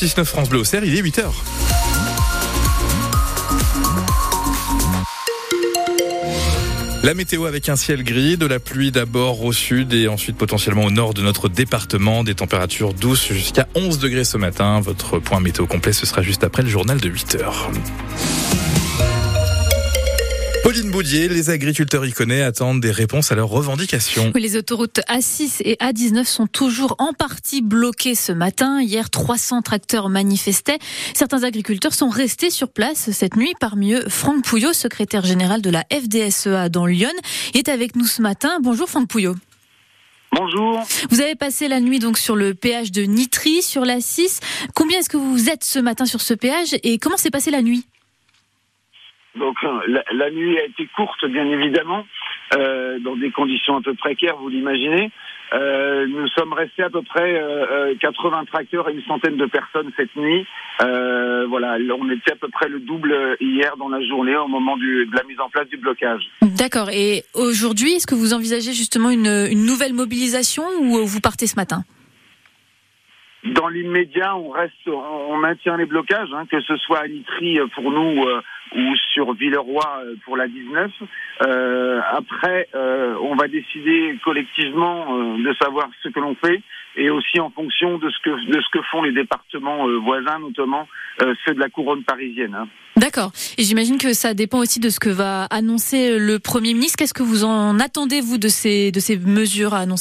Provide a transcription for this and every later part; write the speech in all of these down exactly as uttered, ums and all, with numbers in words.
six neuf France Bleu Auxerre, il est huit heures. La météo avec un ciel gris, de la pluie d'abord au sud et ensuite potentiellement au nord de notre département. Des températures douces jusqu'à onze degrés ce matin. Votre point météo complet, ce sera juste après le journal de huit heures. Pauline Boudier, les agriculteurs iconais attendent des réponses à leurs revendications. Oui, les autoroutes A six et A dix-neuf sont toujours en partie bloquées ce matin. Hier, trois cents tracteurs manifestaient. Certains agriculteurs sont restés sur place cette nuit. Parmi eux, Franck Pouillot, secrétaire général de la F D S E A dans l'Yonne, est avec nous ce matin. Bonjour Franck Pouillot. Bonjour. Vous avez passé la nuit donc sur le péage de Nitry, sur l'A six. Combien est-ce que vous êtes ce matin sur ce péage et comment s'est passée la nuit ? Donc la, la nuit a été courte, bien évidemment, euh, dans des conditions un peu précaires, vous l'imaginez. Euh, nous sommes restés à peu près euh, quatre-vingts tracteurs et une centaine de personnes cette nuit. Euh, voilà, on était à peu près le double hier dans la journée au moment du, de la mise en place du blocage. D'accord. Et aujourd'hui, est-ce que vous envisagez justement une, une nouvelle mobilisation ou vous partez ce matin ? Dans l'immédiat, on reste, on maintient les blocages, hein, que ce soit à Nitry pour nous euh, ou sur Villeroy pour la dix-neuf. Euh, après, euh, on va décider collectivement euh, de savoir ce que l'on fait et aussi en fonction de ce que de ce que font les départements euh, voisins, notamment euh, ceux de la couronne parisienne. Hein. D'accord. Et j'imagine que ça dépend aussi de ce que va annoncer le Premier ministre. Qu'est-ce que vous en attendez, vous, de ces de ces mesures à annoncer ?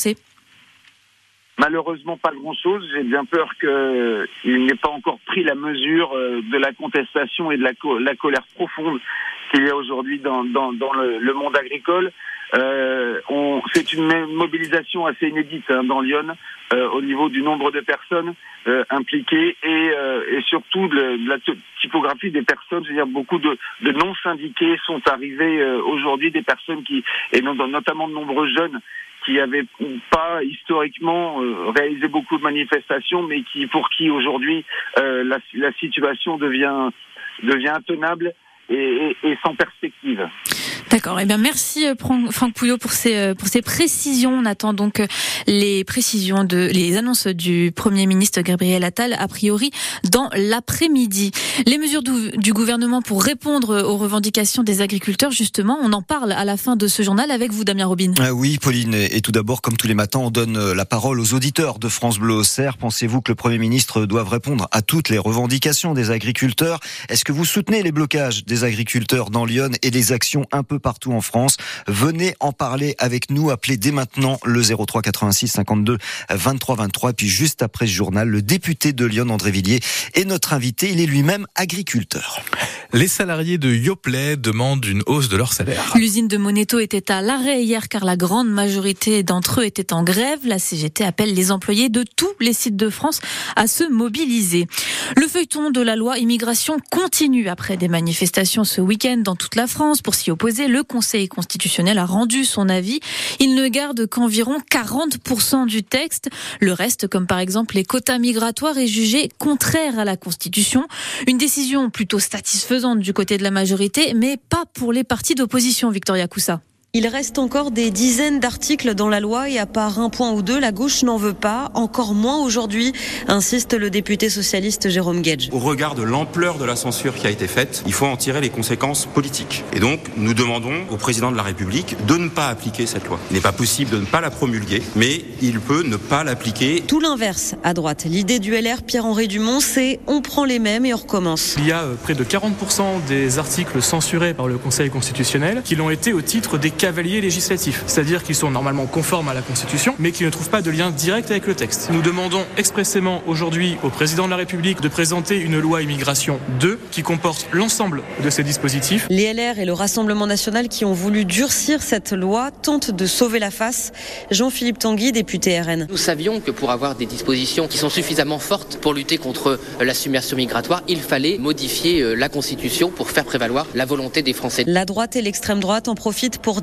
Malheureusement, pas grand-chose. J'ai bien peur qu'il n'ait pas encore pris la mesure de la contestation et de la, co- la colère profonde qu'il y a aujourd'hui dans, dans, dans le, le monde agricole. Euh, on, c'est une mobilisation assez inédite hein, dans l'Yonne euh, au niveau du nombre de personnes euh, impliquées et, euh, et surtout de, de la typographie des personnes. C'est-à-dire beaucoup de, de non-syndiqués sont arrivés euh, aujourd'hui, des personnes qui, et non, notamment de nombreux jeunes, qui n'avaient pas historiquement euh, réalisé beaucoup de manifestations, mais qui, pour qui aujourd'hui euh, la, la situation devient devient intenable et, et, et sans perspective. D'accord. Eh bien, merci Franck Pouillot pour ces pour ces précisions. On attend donc les précisions de les annonces du Premier ministre Gabriel Attal a priori dans l'après-midi. Les mesures du, du gouvernement pour répondre aux revendications des agriculteurs, justement, on en parle à la fin de ce journal avec vous, Damien Robin. Ah oui, Pauline. Et tout d'abord, comme tous les matins, on donne la parole aux auditeurs de France Bleu Auxerre. Pensez-vous que le Premier ministre doive répondre à toutes les revendications des agriculteurs ? Est-ce que vous soutenez les blocages des agriculteurs dans l'Yonne et les actions un peu partout en France? Venez en parler avec nous, appelez dès maintenant le zéro trois quatre-vingt-six cinquante-deux vingt-trois vingt-trois. Puis juste après ce journal, le député de Lyon, André Villiers, est notre invité. Il est lui-même agriculteur. Les salariés de Yoplait demandent une hausse de leur salaire. L'usine de Moneto était à l'arrêt hier car la grande majorité d'entre eux étaient en grève. La C G T appelle les employés de tous les sites de France à se mobiliser. Le feuilleton de la loi immigration continue après des manifestations ce week-end dans toute la France. Pour s'y opposer, le Conseil constitutionnel a rendu son avis. Il ne garde qu'environ quarante pour cent du texte. Le reste, comme par exemple les quotas migratoires, est jugé contraire à la Constitution. Une décision plutôt satisfaisante du côté de la majorité, mais pas pour les partis d'opposition, Victoria Coussa. Il reste encore des dizaines d'articles dans la loi et à part un point ou deux, la gauche n'en veut pas, encore moins aujourd'hui, insiste le député socialiste Jérôme Guedj. Au regard de l'ampleur de la censure qui a été faite, il faut en tirer les conséquences politiques. Et donc, nous demandons au président de la République de ne pas appliquer cette loi. Il n'est pas possible de ne pas la promulguer, mais il peut ne pas l'appliquer. Tout l'inverse, à droite. L'idée du L R Pierre-Henri Dumont, c'est on prend les mêmes et on recommence. Il y a près de quarante pour cent des articles censurés par le Conseil constitutionnel qui l'ont été au titre des cavaliers législatifs, c'est-à-dire qu'ils sont normalement conformes à la Constitution, mais qui ne trouvent pas de lien direct avec le texte. Nous demandons expressément aujourd'hui au président de la République de présenter une loi immigration deux qui comporte l'ensemble de ces dispositifs. Les L R et le Rassemblement national qui ont voulu durcir cette loi tentent de sauver la face. Jean-Philippe Tanguy, député R N. Nous savions que pour avoir des dispositions qui sont suffisamment fortes pour lutter contre la submersion migratoire, il fallait modifier la Constitution pour faire prévaloir la volonté des Français. La droite et l'extrême droite en profitent pour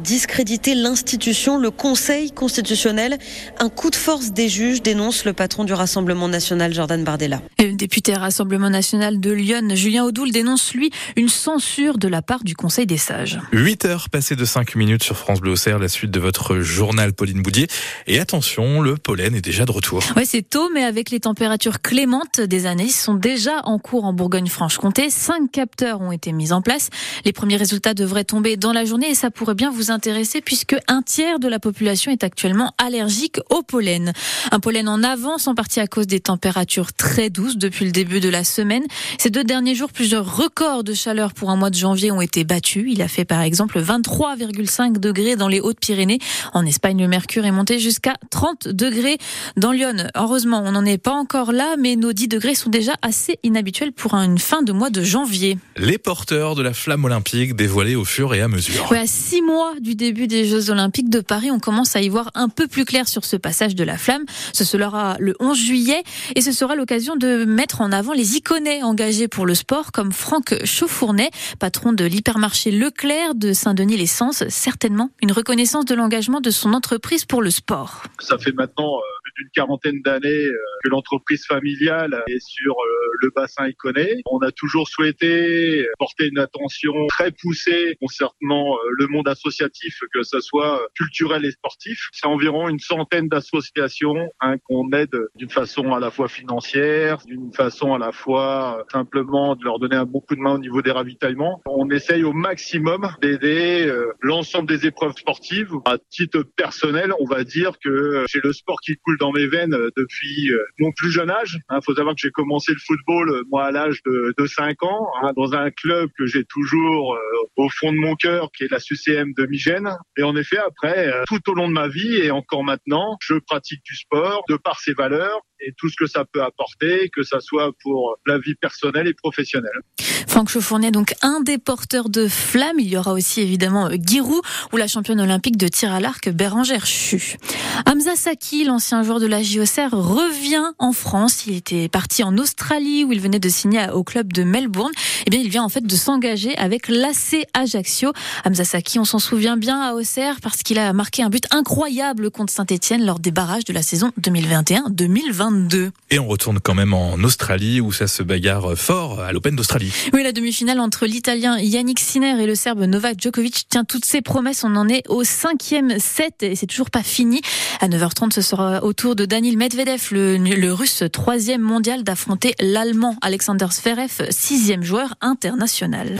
discréditer l'institution, le Conseil constitutionnel. Un coup de force des juges, dénonce le patron du Rassemblement national, Jordan Bardella. Le député Rassemblement national de Lyon, Julien Audoul, dénonce lui une censure de la part du Conseil des sages. huit heures passées de cinq minutes sur France Bleu Auxerre, la suite de votre journal Pauline Boudier. Et attention, le pollen est déjà de retour. Ouais, c'est tôt, mais avec les températures clémentes, des analyses sont déjà en cours en Bourgogne-Franche-Comté. Cinq capteurs ont été mis en place. Les premiers résultats devraient tomber dans la journée et ça pourrait bien vous intéresser puisque un tiers de la population est actuellement allergique au pollen. Un pollen en avance en partie à cause des températures très douces depuis le début de la semaine. Ces deux derniers jours, plusieurs records de chaleur pour un mois de janvier ont été battus. Il a fait par exemple vingt-trois virgule cinq degrés dans les Hautes-Pyrénées. En Espagne, le mercure est monté jusqu'à trente degrés dans Lyon. Heureusement, on n'en est pas encore là, mais nos dix degrés sont déjà assez inhabituels pour une fin de mois de janvier. Les porteurs de la flamme olympique dévoilés au fur et à mesure. Ouais, à six mois du début des Jeux Olympiques de Paris, on commence à y voir un peu plus clair sur ce passage de la flamme. Ce sera le onze juillet et ce sera l'occasion de mettre en avant les iconais engagés pour le sport comme Franck Chauffournet, patron de l'hypermarché Leclerc de Saint-Denis-les-Sens. Certainement une reconnaissance de l'engagement de son entreprise pour le sport. Ça fait maintenant plus d'une quarantaine d'années que l'entreprise familiale est sur le bassin iconé. On a toujours souhaité porter une attention très poussée concernant le monde associatif, que ce soit culturel et sportif. C'est environ une centaine d'associations hein, qu'on aide d'une façon à la fois financière, d'une façon à la fois simplement de leur donner un bon coup de main au niveau des ravitaillements. On essaye au maximum d'aider euh, l'ensemble des épreuves sportives. À titre personnel, on va dire que j'ai le sport qui coule dans mes veines depuis euh, mon plus jeune âge. Il hein, faut savoir que j'ai commencé le football, moi, à l'âge de, de cinq ans, hein, dans un club que j'ai toujours euh, au fond de mon cœur, qui est la S U C M de Migène. Et en effet, après, euh, tout au long de ma vie et encore maintenant, je pratique du sport de par ses valeurs et tout ce que ça peut apporter, que ça soit pour la vie personnelle et professionnelle. Franck Chauffournet, donc un des porteurs de flammes. Il y aura aussi évidemment Giroud ou la championne olympique de tir à l'arc Bérengère Chu. Hamza Saki, l'ancien joueur de la J O C R, revient en France. Il était parti en Australie où il venait de signer au club de Melbourne. Eh bien, il vient en fait de s'engager avec l'A C Ajaccio. Hamza Saki, on s'en souvient bien à Auxerre parce qu'il a marqué un but incroyable contre Saint-Etienne lors des barrages de la saison deux mille vingt et un deux mille vingt-deux. Et on retourne quand même en Australie où ça se bagarre fort à l'Open d'Australie. Oui, la demi-finale entre l'Italien Yannick Sinner et le Serbe Novak Djokovic tient toutes ses promesses. On en est au cinquième set et c'est toujours pas fini. À neuf heures trente, ce sera au tour de Daniil Medvedev, le, le Russe troisième mondial, d'affronter l'Allemand Alexander Zverev, sixième joueur international.